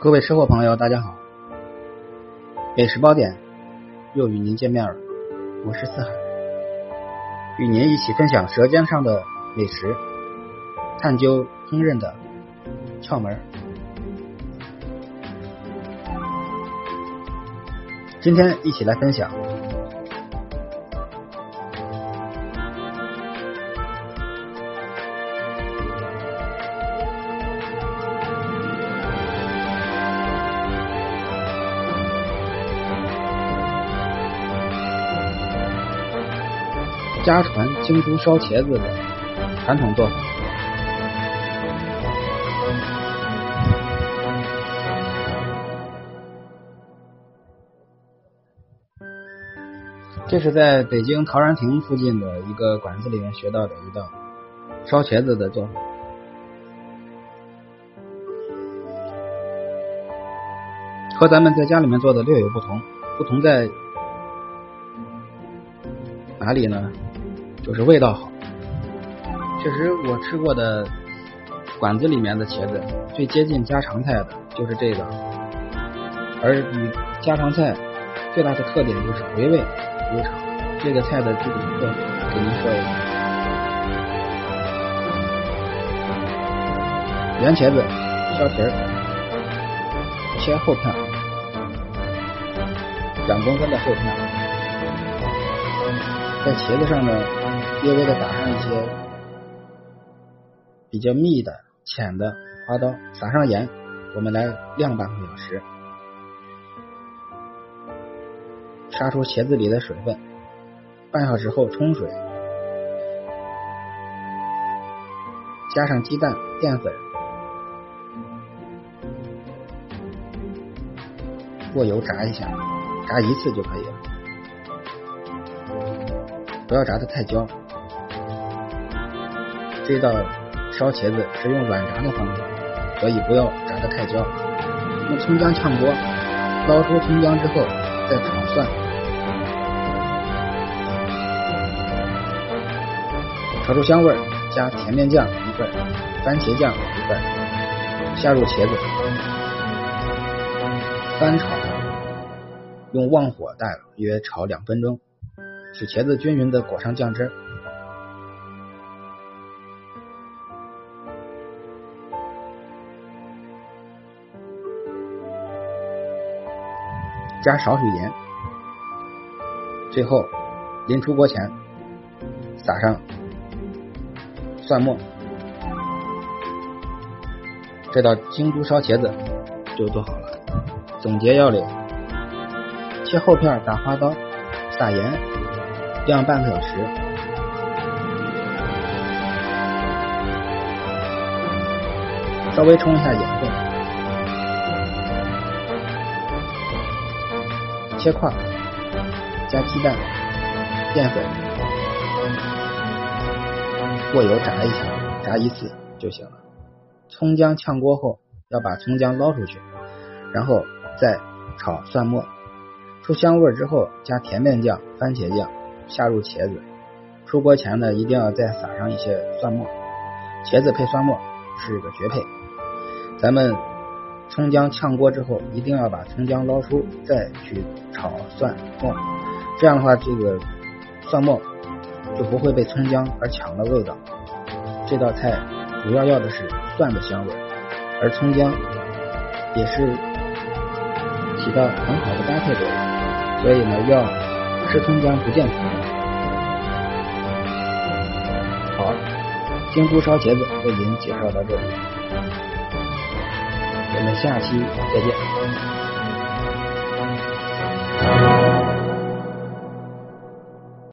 各位吃货朋友大家好，美食宝典又与您见面了，我是四海，与您一起分享舌尖上的美食，探究烹饪的窍门。今天一起来分享家传京都烧茄子的传统做法。这是在北京陶然亭附近的一个馆子里面学到的一道烧茄子的做法。和咱们在家里面做的略有不同，不同在哪里呢？就是味道好。确实我吃过的馆子里面的茄子最接近家常菜的就是这个，而与家常菜最大的特点就是回味无常。这个菜的具体做法给您说一下。圆茄子削皮儿，切厚片，2公分的厚片，在茄子上呢略微的打上一些比较密的浅的花刀，撒上盐，我们来晾半个小时，杀出茄子里的水分。半小时后冲水，加上鸡蛋、淀粉，过油炸一下，炸一次就可以了，不要炸得太焦。这道烧茄子是用软炸的方法，所以不要炸得太焦。用葱姜炝锅，捞出葱姜之后再炒蒜，炒出香味，加甜面酱1份，番茄酱1份，下入茄子，翻炒，用旺火大约炒2分钟，使茄子均匀的裹上酱汁，加少许盐，最后临出锅前撒上蒜末，这道京都烧茄子就做好了。总结要领：切厚片，打花刀，撒盐，晾半个小时，稍微冲一下盐分，切块，加鸡蛋、淀粉，过油炸一下，炸一次就行了。葱姜炝锅后，要把葱姜捞出去，然后再炒蒜末，出香味之后加甜面酱、番茄酱，下入茄子。出锅前呢，一定要再撒上一些蒜末，茄子配蒜末是个绝配。咱们葱姜炝锅之后，一定要把葱姜捞出，再去炒蒜末，这样的话，这个蒜末就不会被葱姜而抢了味道。这道菜主要的是蒜的香味，而葱姜也是起到很好的搭配作用，所以呢，要吃葱姜不见葱姜。好，京都烧茄子为您介绍到这里，我们下期再见。